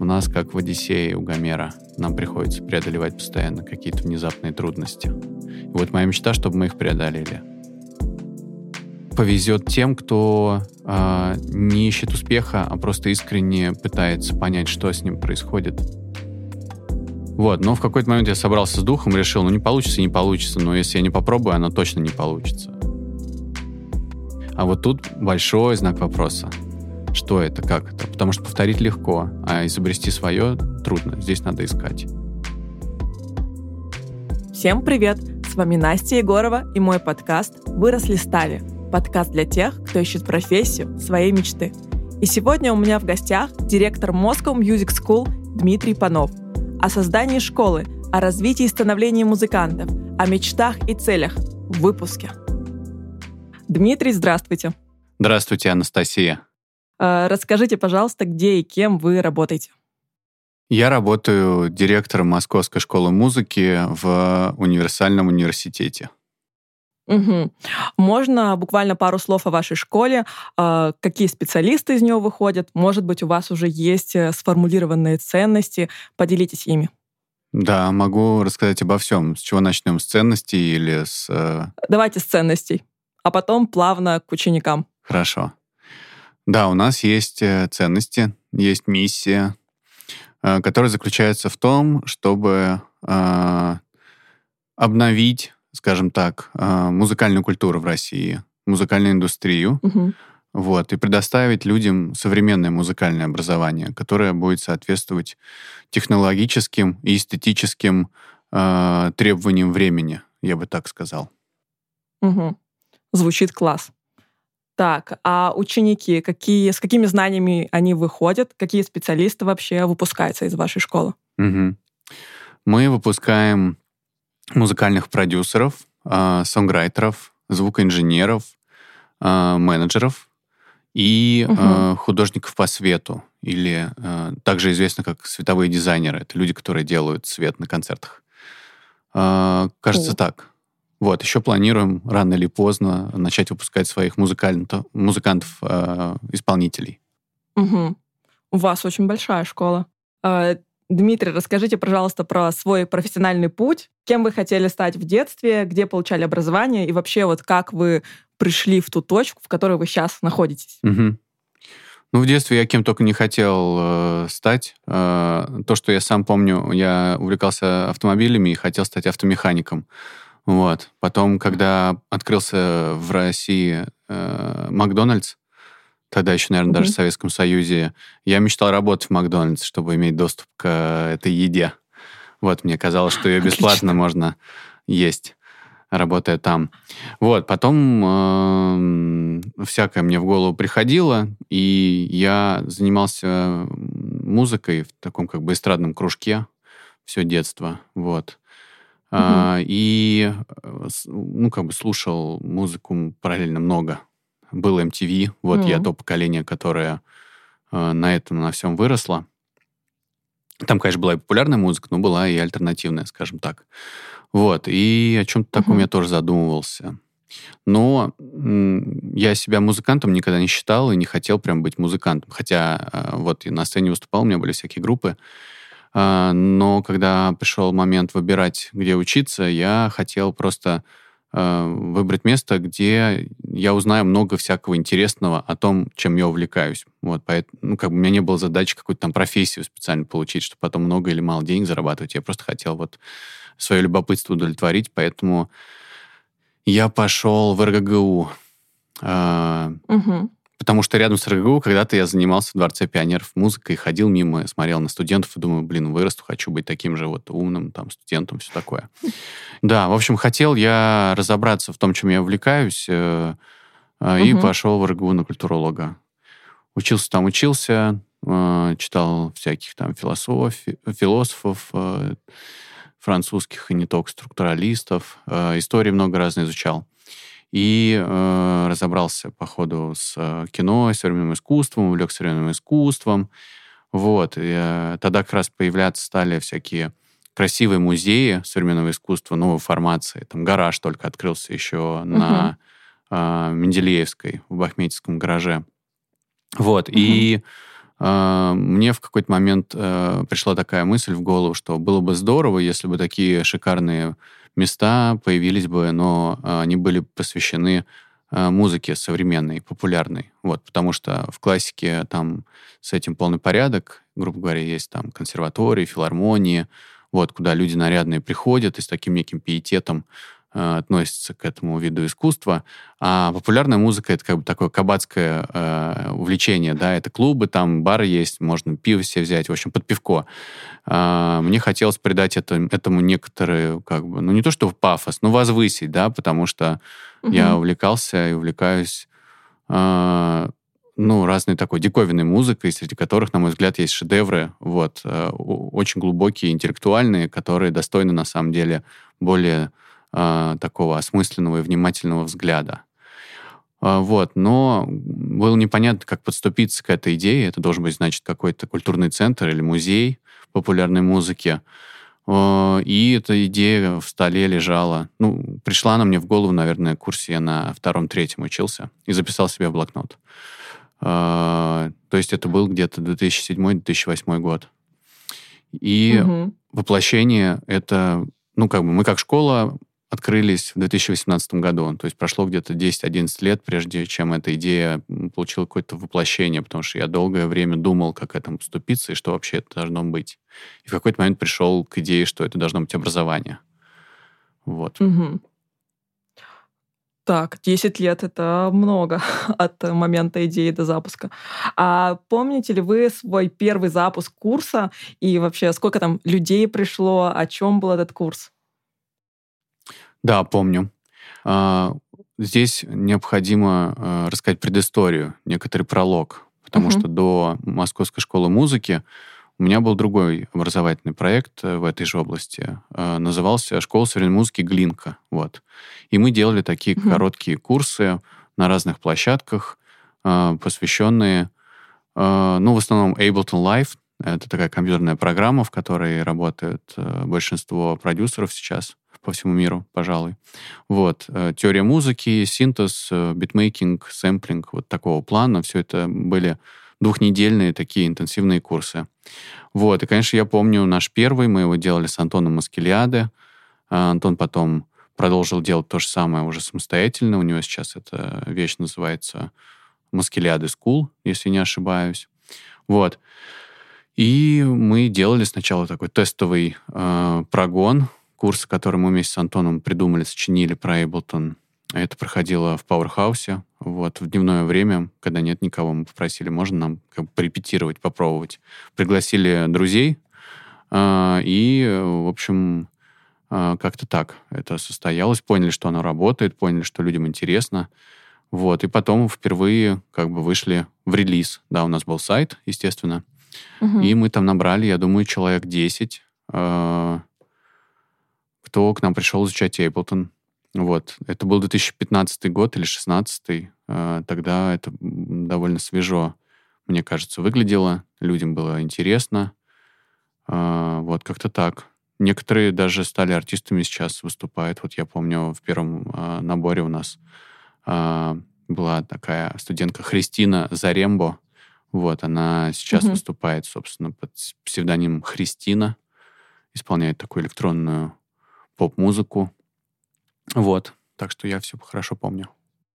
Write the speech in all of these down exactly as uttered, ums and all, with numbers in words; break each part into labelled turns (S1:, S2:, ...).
S1: у нас, как в «Одиссее» у Гомера, нам приходится преодолевать постоянно какие-то внезапные трудности. И вот моя мечта, чтобы мы их преодолели. Повезет тем, кто э, не ищет успеха, а просто искренне пытается понять, что с ним происходит. Вот, но в какой-то момент я собрался с духом и решил, ну не получится, не получится, но если я не попробую, оно точно не получится. А вот тут большой знак вопроса. Что это, как это? Потому что повторить легко, а изобрести свое трудно. Здесь надо искать.
S2: Всем привет! С вами Настя Егорова и мой подкаст «Выросли стали». Подкаст для тех, кто ищет профессию своей мечты. И сегодня у меня в гостях директор Moscow Music School Дмитрий Панов. О создании школы, о развитии и становлении музыкантов, о мечтах и целях в выпуске. Дмитрий, здравствуйте.
S1: Здравствуйте, Анастасия.
S2: Расскажите, пожалуйста, где и кем вы работаете?
S1: Я работаю директором Московской школы музыки в универсальном университете.
S2: Угу. Можно буквально пару слов о вашей школе? Какие специалисты из нее выходят? Может быть, у вас уже есть сформулированные ценности? Поделитесь ими.
S1: Да, могу рассказать обо всем. С чего начнем? С ценностей или с...
S2: Давайте с ценностей, а потом плавно к ученикам.
S1: Хорошо. Да, у нас есть ценности, есть миссия, которая заключается в том, чтобы э, обновить, скажем так, э, музыкальную культуру в России, музыкальную индустрию,
S2: угу.
S1: вот, и предоставить людям современное музыкальное образование, которое будет соответствовать технологическим и эстетическим э, требованиям времени, я бы так сказал.
S2: Угу. Звучит класс. Так, а ученики, какие, с какими знаниями они выходят? Какие специалисты вообще выпускаются из вашей школы?
S1: Угу. Мы выпускаем музыкальных продюсеров, э, сонграйтеров, звукоинженеров, э, менеджеров и
S2: угу.
S1: э, художников по свету, или э, также известно как световые дизайнеры. Это люди, которые делают свет на концертах. Э, кажется, О. так. Вот, еще планируем рано или поздно начать выпускать своих музыкантов, музыкантов э, исполнителей.
S2: Угу. У вас очень большая школа. Э, Дмитрий, расскажите, пожалуйста, про свой профессиональный путь. Кем вы хотели стать в детстве, где получали образование, и вообще вот как вы пришли в ту точку, в которой вы сейчас находитесь?
S1: Угу. Ну, в детстве я кем только не хотел э, стать. Э, то, что я сам помню, я увлекался автомобилями и хотел стать автомехаником. Вот. Потом, когда открылся в России э, Макдональдс, тогда еще, наверное, mm-hmm. даже в Советском Союзе, я мечтал работать в Макдональдс, чтобы иметь доступ к этой еде. Вот, мне казалось, что ее бесплатно Отлично. Можно есть, работая там. Вот, потом э, всякое мне в голову приходило, и я занимался музыкой в таком как бы эстрадном кружке все детство, вот. Uh-huh. И, ну, как бы слушал музыку параллельно много. Был эм ти ви, вот uh-huh. я то поколение, которое э, на этом, на всем выросло. Там, конечно, была и популярная музыка, но была и альтернативная, скажем так. Вот, и о чем-то uh-huh. таком я тоже задумывался. Но м- я себя музыкантом никогда не считал и не хотел прям быть музыкантом. Хотя э, вот и на сцене выступал, у меня были всякие группы. Но когда пришел момент выбирать, где учиться, я хотел просто э, выбрать место, где я узнаю много всякого интересного о том, чем я увлекаюсь. Вот, поэтому, ну, как бы у меня не было задачи какую-то там профессию специально получить, чтобы потом много или мало денег зарабатывать. Я просто хотел вот свое любопытство удовлетворить, поэтому я пошел в эр гэ гэ у. Э,
S2: угу.
S1: Потому что рядом с эр гэ гэ у когда-то я занимался в Дворце пионеров музыкой, ходил мимо, смотрел на студентов и думаю, блин, вырасту, хочу быть таким же вот умным там студентом, все такое. Да, в общем, хотел я разобраться в том, чем я увлекаюсь, э, э, и угу. пошел в эр гэ гэ у на культуролога. Учился там, учился, э, читал всяких там философи, философов, э, французских и не только, структуралистов, э, истории много разной изучал. И э, разобрался по ходу с э, кино, с современным искусством, увлекся современным искусством. Вот. И, э, тогда как раз появляться стали всякие красивые музеи современного искусства, новой формации. Там гараж только открылся еще uh-huh. на э, Менделеевской, в Бахметьевском гараже. Вот. Uh-huh. И э, мне в какой-то момент э, пришла такая мысль в голову, что было бы здорово, если бы такие шикарные места появились бы, но э, они были посвящены э, музыке современной, популярной. Вот, потому что в классике там с этим полный порядок, грубо говоря, есть там консерватории, филармонии, вот, куда люди нарядные приходят и с таким неким пиететом э, относятся к этому виду искусства. А популярная музыка — это как бы такое кабацкое э, увлечение, да, это клубы, там бары есть, можно пиво себе взять, в общем, под пивко. А, мне хотелось придать это, этому некоторые, как бы, ну, не то что пафос, но возвысить, да, потому что
S2: Мгм.
S1: я увлекался и увлекаюсь а, ну, разной такой диковинной музыкой, среди которых, на мой взгляд, есть шедевры, вот, э, о- очень глубокие, интеллектуальные, которые достойны, на самом деле, более а, такого осмысленного и внимательного взгляда. А, Вот, но было непонятно, как подступиться к этой идее. Это должен быть, значит, какой-то культурный центр или музей популярной музыки. А, И эта идея в столе лежала. Ну, пришла она мне в голову, наверное, в курсе я на втором-третьем учился и записал себе в блокнот. А, То есть это был где-то две тысячи седьмой - две тысячи восьмой год. И
S2: Мгм.
S1: воплощение это, ну, как бы мы как школа открылись в две тысячи восемнадцатом году. То есть прошло где-то десять-одиннадцать лет, прежде чем эта идея м, получила какое-то воплощение, потому что я долгое время думал, как к этому поступиться и что вообще это должно быть. И в какой-то момент пришел к идее, что это должно быть образование. Вот.
S2: Мгм. Так, десять лет — это много от э, момента идеи до запуска. А помните ли вы свой первый запуск курса и вообще сколько там людей пришло, о чем был этот курс?
S1: Да, помню. А, Здесь необходимо а, рассказать предысторию, некоторый пролог, потому
S2: Мгм.
S1: что до Московской школы музыки у меня был другой образовательный проект э, в этой же области. А, Назывался «Школа современной музыки Глинка». Вот. И мы делали такие
S2: Мгм.
S1: короткие курсы на разных площадках, а, посвященные, а, ну, в основном Ableton Live. Это такая компьютерная программа, в которой работает э, большинство продюсеров сейчас по всему миру, пожалуй. Вот. э, Теория музыки, синтез, э, битмейкинг, сэмплинг, вот такого плана. Все это были двухнедельные такие интенсивные курсы. Вот. И, конечно, я помню наш первый, мы его делали с Антоном Маскелиаде. А Антон потом продолжил делать то же самое уже самостоятельно. У него сейчас эта вещь называется Маскелиаде School, если не ошибаюсь. Вот. И мы делали сначала такой тестовый э, прогон, курс, который мы вместе с Антоном придумали, сочинили про Ableton. Это проходило в Пауэрхаусе. Вот, в дневное время, когда нет никого, мы попросили, можно нам как бы порепетировать, попробовать. Пригласили друзей, э, и, э, в общем, э, как-то так это состоялось. Поняли, что оно работает, поняли, что людям интересно. Вот, и потом впервые как бы вышли в релиз. Да, у нас был сайт, естественно,
S2: Мгм.
S1: и мы там набрали, я думаю, человек десять, э, кто к нам пришел изучать Ableton. Вот. Это был две тысячи пятнадцатый год или шестнадцатый. Э, Тогда это м, довольно свежо, мне кажется, выглядело. Людям было интересно. Э, Вот, как-то так. Некоторые даже стали артистами сейчас, выступают. Вот я помню, в первом э, наборе у нас э, была такая студентка Христина Зарембо. Вот, она сейчас
S2: Мгм.
S1: выступает, собственно, под с- псевдонимом Христина, исполняет такую электронную поп-музыку. Вот, так что я все хорошо помню.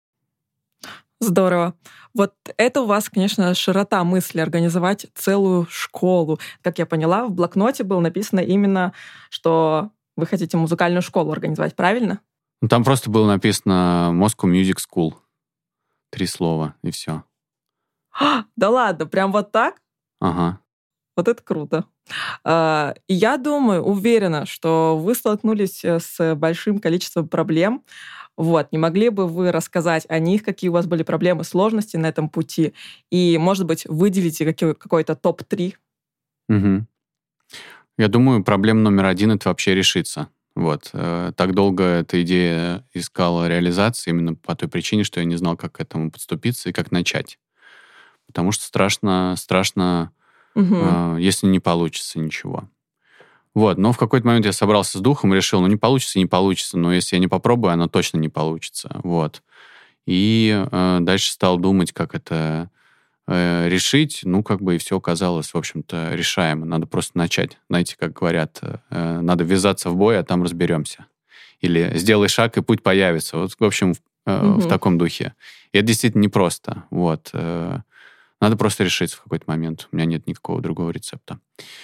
S2: Здорово. Вот это у вас, конечно, широта мысли организовать целую школу. Как я поняла, в блокноте было написано именно, что вы хотите музыкальную школу организовать, правильно?
S1: Ну, там просто было написано Moscow Music School. Три слова, и все.
S2: Да ладно, прям вот так?
S1: Ага.
S2: Вот это круто. А, И я думаю, уверена, что вы столкнулись э, с большим количеством проблем. Вот, не могли бы вы рассказать о них, какие у вас были проблемы, сложности на этом пути? И, может быть, выделите какой- какой-то топ три?
S1: Мгм. Я думаю, проблема номер один — это вообще решиться. Вот. э, Так долго эта идея искала реализации именно по той причине, что я не знал, как к этому подступиться и как начать. Потому что страшно, страшно,
S2: Мгм.
S1: э, если не получится ничего. Вот, но в какой-то момент я собрался с духом и решил, ну, не получится, не получится, но если я не попробую, оно точно не получится. Вот. И э, дальше стал думать, как это э, решить, ну, как бы и все оказалось, в общем-то, решаемо. Надо просто начать. Знаете, как говорят, э, надо ввязаться в бой, а там разберемся. Или сделай шаг, и путь появится. Вот, в общем, в, э,
S2: Мгм.
S1: в таком духе. И это действительно непросто. Вот. Э, надо просто решиться в какой-то момент. У меня нет никакого другого рецепта.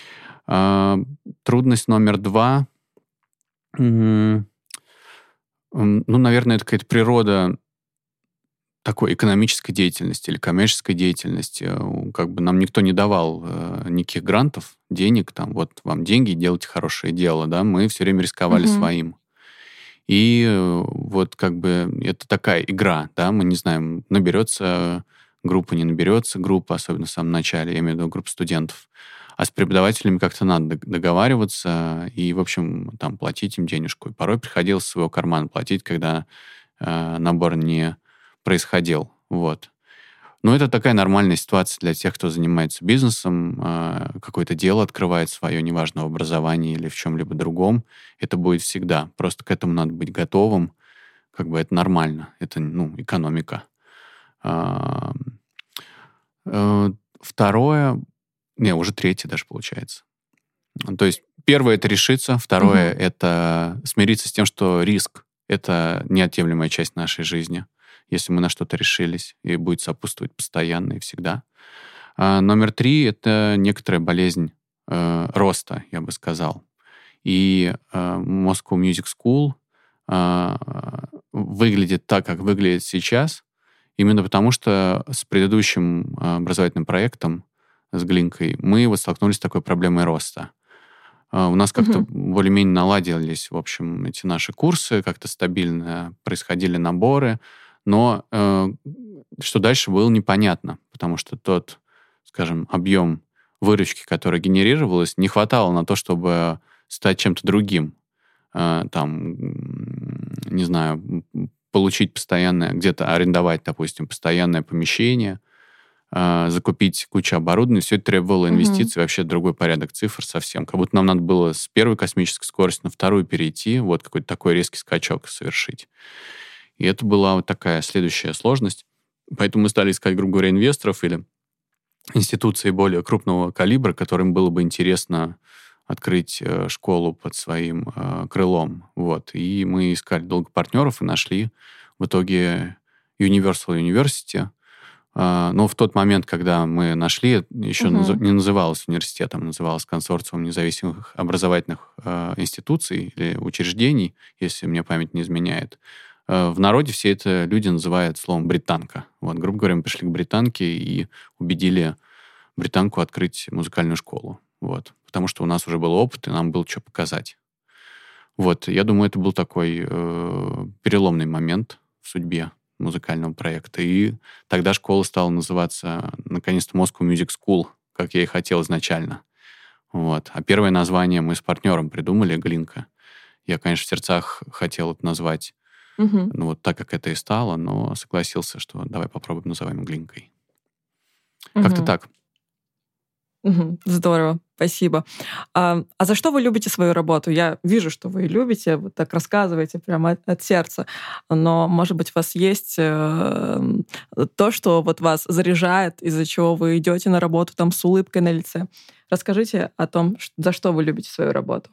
S1: А, трудность номер два. М, м, Ну, наверное, это какая-то природа такой экономической деятельности или коммерческой деятельности. Э, Как бы нам никто не давал э, никаких грантов, денег, там, вот вам деньги, делайте хорошее дело, да, мы все время рисковали
S2: Мгм.
S1: своим. И э, вот как бы это такая игра, да, мы не знаем, наберется группа, не наберется группа, особенно в самом начале, я имею в виду группу студентов. А с преподавателями как-то надо дог- договариваться и, в общем, там, платить им денежку. И порой приходилось из своего кармана платить, когда э, набор не происходил. Вот. Но это такая нормальная ситуация для тех, кто занимается бизнесом, э, какое-то дело открывает свое, неважно, в образовании или в чем-либо другом. Это будет всегда. Просто к этому надо быть готовым. Как бы это нормально. Это, ну, экономика. А, э, Второе, не, уже третье даже получается. То есть первое — это решиться, второе —
S2: Мгм.
S1: это смириться с тем, что риск — это неотъемлемая часть нашей жизни, если мы на что-то решились, и будет сопутствовать постоянно и всегда. А номер три — это некоторая болезнь э, роста, я бы сказал. И э, Moscow Music School э, выглядит так, как выглядит сейчас, именно потому что с предыдущим э, образовательным проектом, с Глинкой, мы вот столкнулись с такой проблемой роста. А, У нас как-то
S2: Мгм.
S1: более-менее наладились, в общем, эти наши курсы, как-то стабильно происходили наборы, но э, что дальше было непонятно, потому что тот, скажем, объем выручки, который генерировалось, не хватало на то, чтобы стать чем-то другим. Э, там, м, не знаю, м, получить постоянное, где-то арендовать, допустим, постоянное помещение, а, закупить кучу оборудования, все это требовало
S2: Мгм.
S1: инвестиций, вообще другой порядок цифр совсем. Как будто нам надо было с первой космической скорости на вторую перейти, вот какой-то такой резкий скачок совершить. И это была вот такая следующая сложность. Поэтому мы стали искать, грубо говоря, инвесторов или институции более крупного калибра, которым было бы интересно открыть э, школу под своим э, крылом. Вот. И мы искали долго партнеров и нашли в итоге Universal University. А, Но в тот момент, когда мы нашли, еще наз-
S2: Мгм.
S1: не называлось университетом, называлось консорциум независимых образовательных э, институций или учреждений, если мне память не изменяет. Э, В народе все это люди называют словом «британка». Вот, грубо говоря, мы пришли к британке и убедили британку открыть музыкальную школу. Вот. Потому что у нас уже был опыт, и нам было что показать. Вот. Я думаю, это был такой э, переломный момент в судьбе музыкального проекта. И тогда школа стала называться, наконец-то, Moscow Music School, как я и хотел изначально. Вот. А первое название мы с партнером придумали, Глинка. Я, конечно, в сердцах хотел это назвать,
S2: Мгм.
S1: ну, вот так, как это и стало, но согласился, что давай попробуем, назовем Глинкой. Как-то
S2: Мгм.
S1: так.
S2: Мгм. Здорово, спасибо. А, а за что вы любите свою работу? Я вижу, что вы любите, вот так рассказываете прямо от, от сердца. Но, может быть, у вас есть э, то, что вот вас заряжает, из-за чего вы идете на работу там с улыбкой на лице. Расскажите о том, ш- за что вы любите свою работу.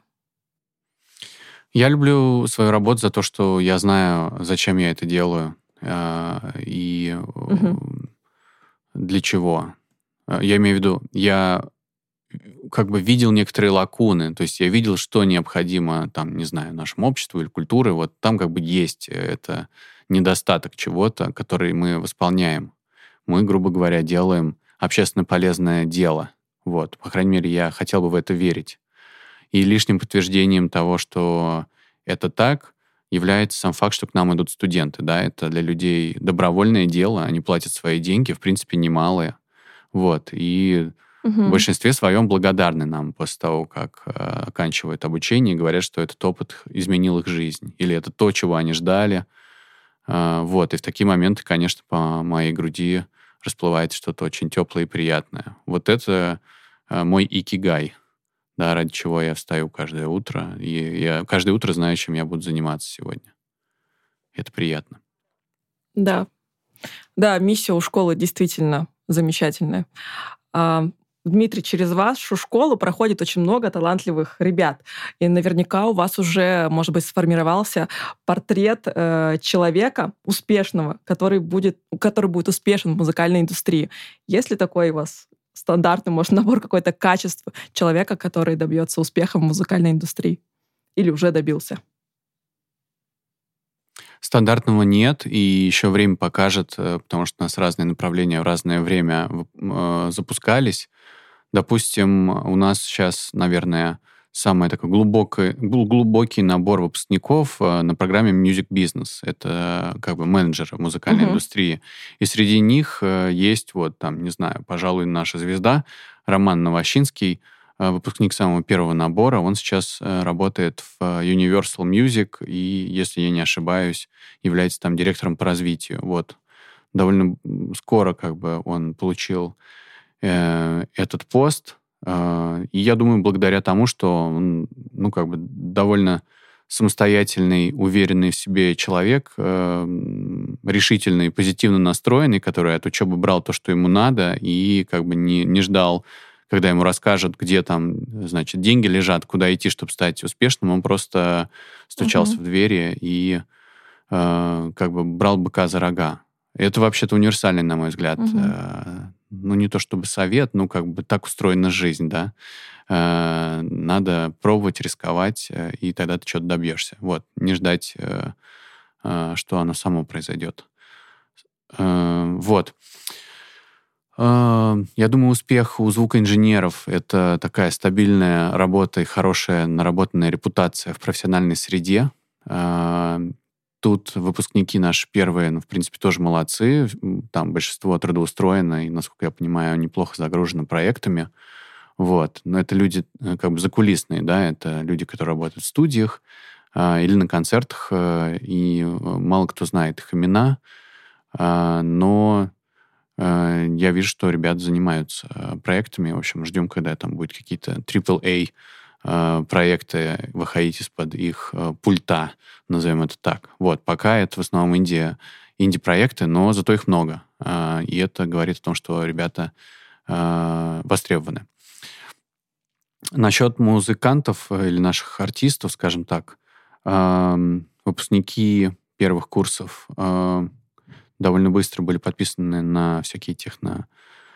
S1: Я люблю свою работу за то, что я знаю, зачем я это делаю а, и э,
S2: Мгм.
S1: для чего. А, Я имею в виду, я как бы видел некоторые лакуны, то есть я видел, что необходимо, там, не знаю, нашему обществу или культуре, вот там как бы есть э, это недостаток чего-то, который мы восполняем. Мы, грубо говоря, делаем общественно полезное дело. Вот. По крайней мере, я хотел бы в это верить. И лишним подтверждением того, что это так, является сам факт, что к нам идут студенты. Да? Это для людей добровольное дело, они платят свои деньги, в принципе, немалые. Вот. И в
S2: Мгм.
S1: большинстве своем благодарны нам после того, как э, оканчивают обучение, и говорят, что этот опыт изменил их жизнь. Или это то, чего они ждали. А, вот. И в такие моменты, конечно, по моей груди расплывается что-то очень теплое и приятное. Вот это э, мой икигай, да, ради чего я встаю каждое утро. И я каждое утро знаю, чем я буду заниматься сегодня. Это приятно.
S2: Да, да, миссия у школы действительно замечательное. Дмитрий, через вашу школу проходит очень много талантливых ребят. И наверняка у вас уже, может быть, сформировался портрет э, человека успешного, который будет, который будет успешен в музыкальной индустрии. Есть ли такой у вас стандартный, может, набор какое-то качество человека, который добьется успеха в музыкальной индустрии? Или уже добился?
S1: Стандартного нет, и еще время покажет, потому что у нас разные направления в разное время э, запускались. Допустим, у нас сейчас, наверное, самый такой глубокий, глубокий набор выпускников на программе Music Business. Это как бы менеджеры музыкальной uh-huh. индустрии. И среди них есть, вот там, не знаю, пожалуй, наша звезда Роман Новощинский, выпускник самого первого набора. Он сейчас работает в Universal Music и, если я не ошибаюсь, является там директором по развитию. Вот. Довольно скоро как бы он получил этот пост, и я думаю, благодаря тому, что он, ну, как бы довольно самостоятельный, уверенный в себе человек, решительный, позитивно настроенный, который от учебы брал то, что ему надо, и как бы не, не ждал, когда ему расскажут, где там, значит, деньги лежат, куда идти, чтобы стать успешным. Он просто стучался uh-huh. в двери и как бы брал быка за рога. Это вообще-то универсальный, на мой взгляд, uh-huh. ну, не то чтобы совет, ну, как бы так устроена жизнь, да. Э, надо пробовать, рисковать, э, и тогда ты что-то добьешься. Вот, не ждать, э, э, что оно само произойдет. Э, вот. Э, я думаю, успех у звукоинженеров — это такая стабильная работа и хорошая наработанная репутация в профессиональной среде. Э, Тут выпускники наши первые, ну, в принципе, тоже молодцы. Там большинство трудоустроено, и, насколько я понимаю, неплохо загружено проектами. Вот. Но это люди как бы закулисные, да, это люди, которые работают в студиях э, или на концертах, э, и мало кто знает их имена. Э, но э, я вижу, что ребята занимаются проектами. В общем, ждем, когда там будут какие-то трипл эй проекты выходить из-под их э, пульта, назовем это так. Вот, пока это в основном инди, инди-проекты, но зато их много. Э, и это говорит о том, что ребята э, востребованы. Насчет музыкантов или наших артистов, скажем так, э, выпускники первых курсов э, довольно быстро были подписаны на всякие техно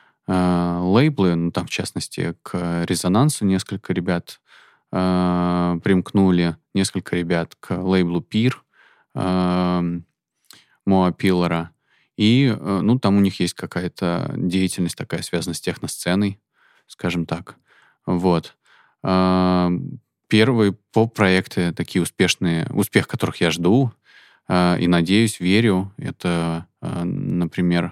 S1: э, лейблы, ну, там, в частности, к Резонансу несколько ребят э, примкнули, несколько ребят к лейблу Пир, э, Моа Пиллера, и, э, ну, там у них есть какая-то деятельность такая, связанная с техносценой, скажем так. Вот. Э, первые поп-проекты, такие успешные, успех которых я жду, э, и надеюсь, верю, это, э, например,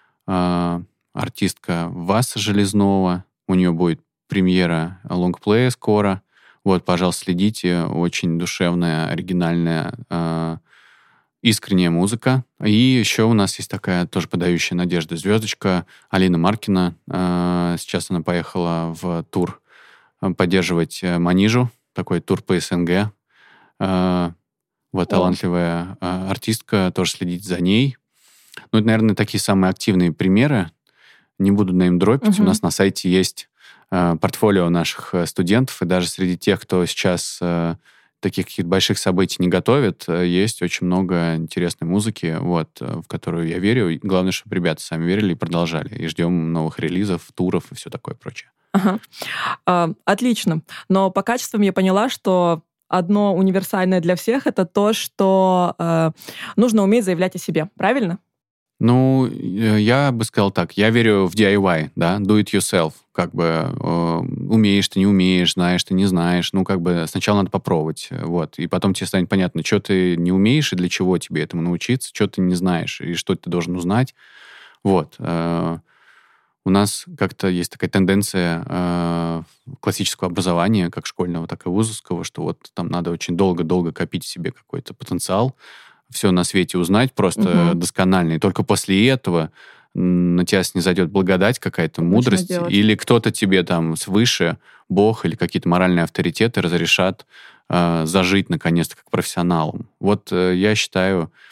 S1: э, артистка Васа Железнова. У нее будет премьера лонгплея скоро. Вот, пожалуйста, следите. Очень душевная, оригинальная, э, искренняя музыка. И еще у нас есть такая тоже подающая надежду звездочка Алина Маркина. Э, сейчас она поехала в тур поддерживать Манижу. Такой тур по СНГ. Э, вот, талантливая э, артистка. Тоже следите за ней. Ну, это, наверное, такие самые активные примеры. Не буду неймдропить. Uh-huh. У нас на сайте есть э, портфолио наших студентов, и даже среди тех, кто сейчас э, таких каких-то больших событий не готовит, э, есть очень много интересной музыки, вот, э, в которую я верю. И главное, чтобы ребята сами верили и продолжали. И ждем новых релизов, туров и все такое прочее.
S2: Ага. А, отлично. Но по качествам я поняла, что одно универсальное для всех — это то, что э, нужно уметь заявлять о себе. Правильно?
S1: Ну, я бы сказал так, я верю в ди ай вай, да, do it yourself, как бы э, умеешь ты, не умеешь, знаешь ты, не знаешь, ну, как бы сначала надо попробовать, вот, и потом тебе станет понятно, что ты не умеешь и для чего тебе этому научиться, что ты не знаешь и что ты должен узнать, вот. Э, у нас как-то есть такая тенденция э, классического образования, как школьного, так и вузовского, что вот там надо очень долго-долго копить в себе какой-то потенциал, все на свете узнать просто угу. досконально. И только после этого на тебя снизойдет благодать, какая-то Можно мудрость, делать. Или кто-то тебе там свыше, Бог или какие-то моральные авторитеты разрешат э, зажить наконец-то как профессионалом. Вот э, я считаю,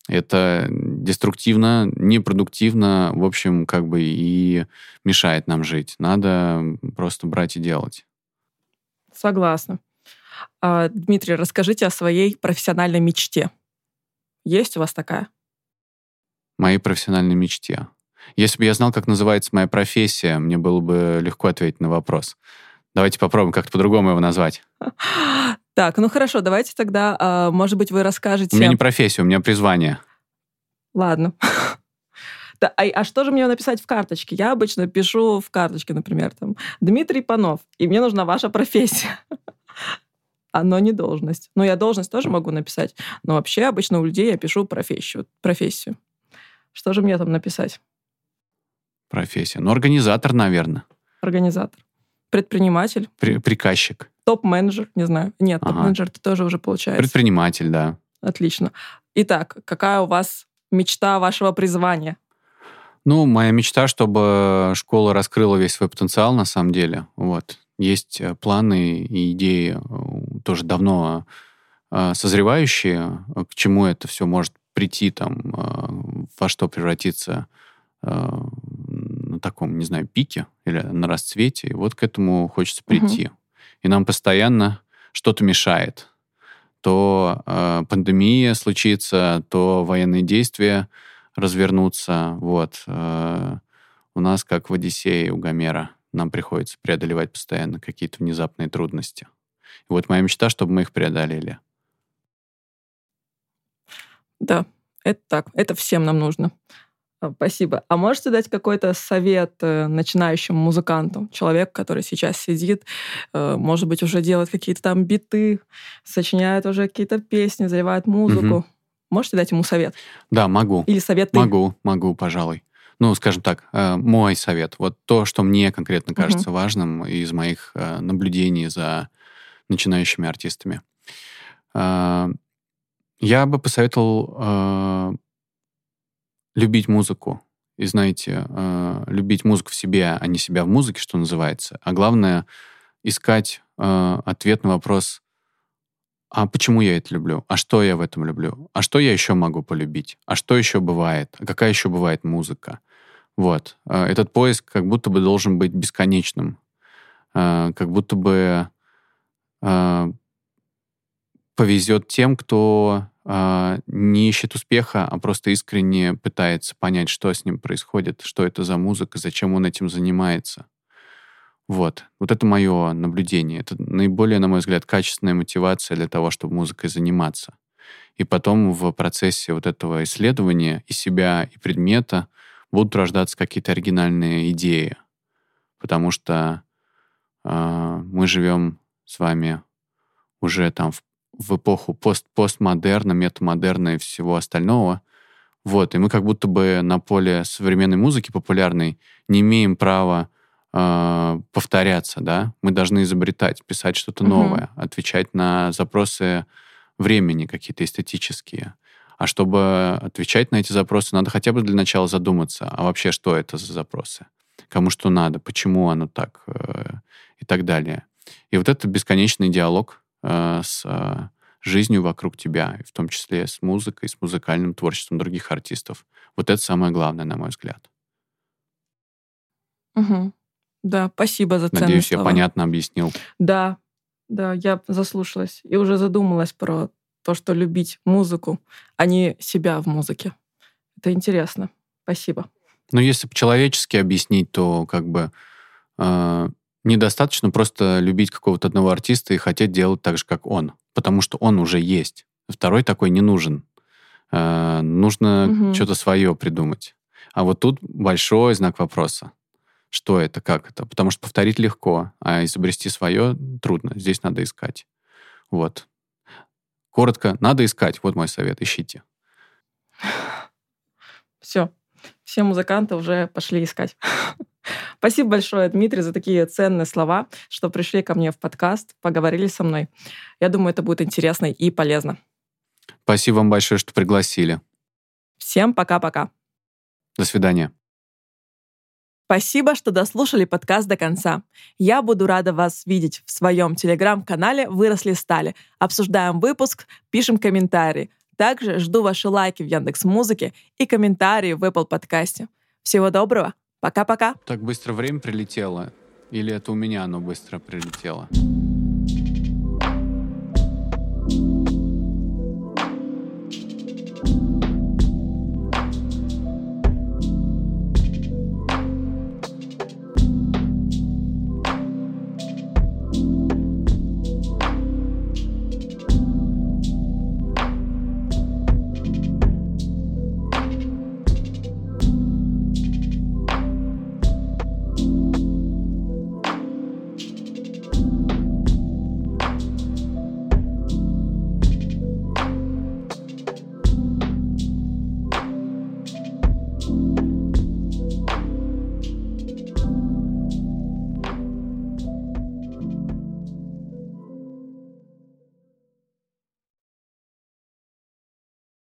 S1: Это деструктивно, непродуктивно, в общем, как бы и мешает нам жить. Надо просто брать и делать.
S2: Согласна. А, Дмитрий, расскажите о своей профессиональной мечте. Есть у вас такая?
S1: Моей профессиональной мечте. Если бы я знал, как называется моя профессия, мне было бы легко ответить на вопрос. Давайте попробуем как-то по-другому его назвать.
S2: Так, ну хорошо, давайте тогда, может быть, вы расскажете...
S1: У меня не профессия, у меня призвание.
S2: Ладно. А, а что же мне написать в карточке? Я обычно пишу в карточке, например, там, Дмитрий Панов, и мне нужна ваша профессия. Оно не должность. Ну, я должность тоже могу написать, но вообще обычно у людей я пишу профессию. профессию. Что же мне там написать?
S1: Профессия. Ну, организатор, наверное.
S2: Организатор. Предприниматель.
S1: При, приказчик.
S2: Топ-менеджер, не знаю. Нет, ага. Топ-менеджер это тоже уже получается.
S1: Предприниматель, да.
S2: Отлично. Итак, какая у вас мечта вашего призвания?
S1: Ну, моя мечта, чтобы школа раскрыла весь свой потенциал, на самом деле. Вот. Есть планы и идеи тоже давно созревающие, к чему это все может прийти, там, во что превратиться на таком, не знаю, пике или на расцвете. И вот к этому хочется прийти. Угу. И нам постоянно что-то мешает. То э, пандемия случится, то военные действия развернутся. Вот. Э, у нас, как в «Одиссее» у Гомера, нам приходится преодолевать постоянно какие-то внезапные трудности. И вот моя мечта, чтобы мы их преодолели.
S2: Да, это так. Это всем нам нужно. Спасибо. А можете дать какой-то совет начинающему музыканту? Человек, который сейчас сидит, может быть, уже делает какие-то там биты, сочиняет уже какие-то песни, заливает музыку. Угу. Можете дать ему совет?
S1: Да, могу.
S2: Или советы?
S1: Могу, могу, пожалуй. Ну, скажем так, мой совет. Вот то, что мне конкретно кажется угу. важным из моих наблюдений за начинающими артистами. Я бы посоветовал любить музыку. И, знаете, э, любить музыку в себе, а не себя в музыке, что называется. А главное, искать э, ответ на вопрос, а почему я это люблю? А что я в этом люблю? А что я еще могу полюбить? А что еще бывает? А какая еще бывает музыка? Вот. Э, этот поиск как будто бы должен быть бесконечным. Э, как будто бы э, повезет тем, кто не ищет успеха, а просто искренне пытается понять, что с ним происходит, что это за музыка, зачем он этим занимается. Вот. Вот это мое наблюдение. Это наиболее, на мой взгляд, качественная мотивация для того, чтобы музыкой заниматься. И потом в процессе вот этого исследования и себя, и предмета будут рождаться какие-то оригинальные идеи. Потому что э, мы живем с вами уже там в в эпоху пост постмодерна, метамодерна и всего остального. Вот. И мы как будто бы на поле современной музыки популярной не имеем права э, повторяться, да? Мы должны изобретать, писать что-то uh-huh. новое, отвечать на запросы времени какие-то эстетические. А чтобы отвечать на эти запросы, надо хотя бы для начала задуматься, а вообще что это за запросы? Кому что надо? Почему оно так? Э, и так далее. И вот это бесконечный диалог с жизнью вокруг тебя, в том числе с музыкой, с музыкальным творчеством других артистов. Вот это самое главное, на мой взгляд.
S2: Угу. Да, спасибо за ценные
S1: Надеюсь,
S2: слова.
S1: я понятно объяснил.
S2: Да, да, я заслушалась и уже задумалась про то, что любить музыку, а не себя в музыке. Это интересно. Спасибо.
S1: Но если по-человечески объяснить, то как бы э, недостаточно просто любить какого-то одного артиста и хотеть делать так же, как он, потому что он уже есть. Второй такой не нужен. Э, нужно угу. что-то свое придумать. А вот тут большой знак вопроса. Что это, как это? Потому что повторить легко, а изобрести свое трудно. Здесь надо искать. Вот. Коротко, надо искать. Вот мой совет. Ищите.
S2: Все. Все музыканты уже пошли искать. Спасибо большое, Дмитрий, за такие ценные слова, что пришли ко мне в подкаст, поговорили со мной. Я думаю, это будет интересно и полезно.
S1: Спасибо вам большое, что пригласили.
S2: Всем пока-пока.
S1: До свидания.
S2: Спасибо, что дослушали подкаст до конца. Я буду рада вас видеть в своем телеграм-канале «Выросли стали». Обсуждаем выпуск, пишем комментарии. Также жду ваши лайки в Яндекс.Музыке и комментарии в Apple подкасте. Всего доброго. Пока-пока.
S1: Так быстро время прилетело? Или это у меня оно быстро прилетело?